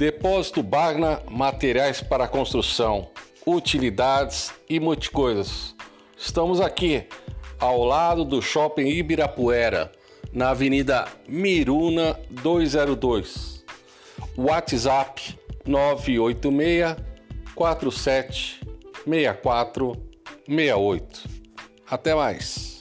Depósito Barna Materiais para Construção, Utilidades e Multicoisas. Estamos aqui ao lado do Shopping Ibirapuera, na Avenida Miruna 202. WhatsApp 986 47 64 68. Até mais.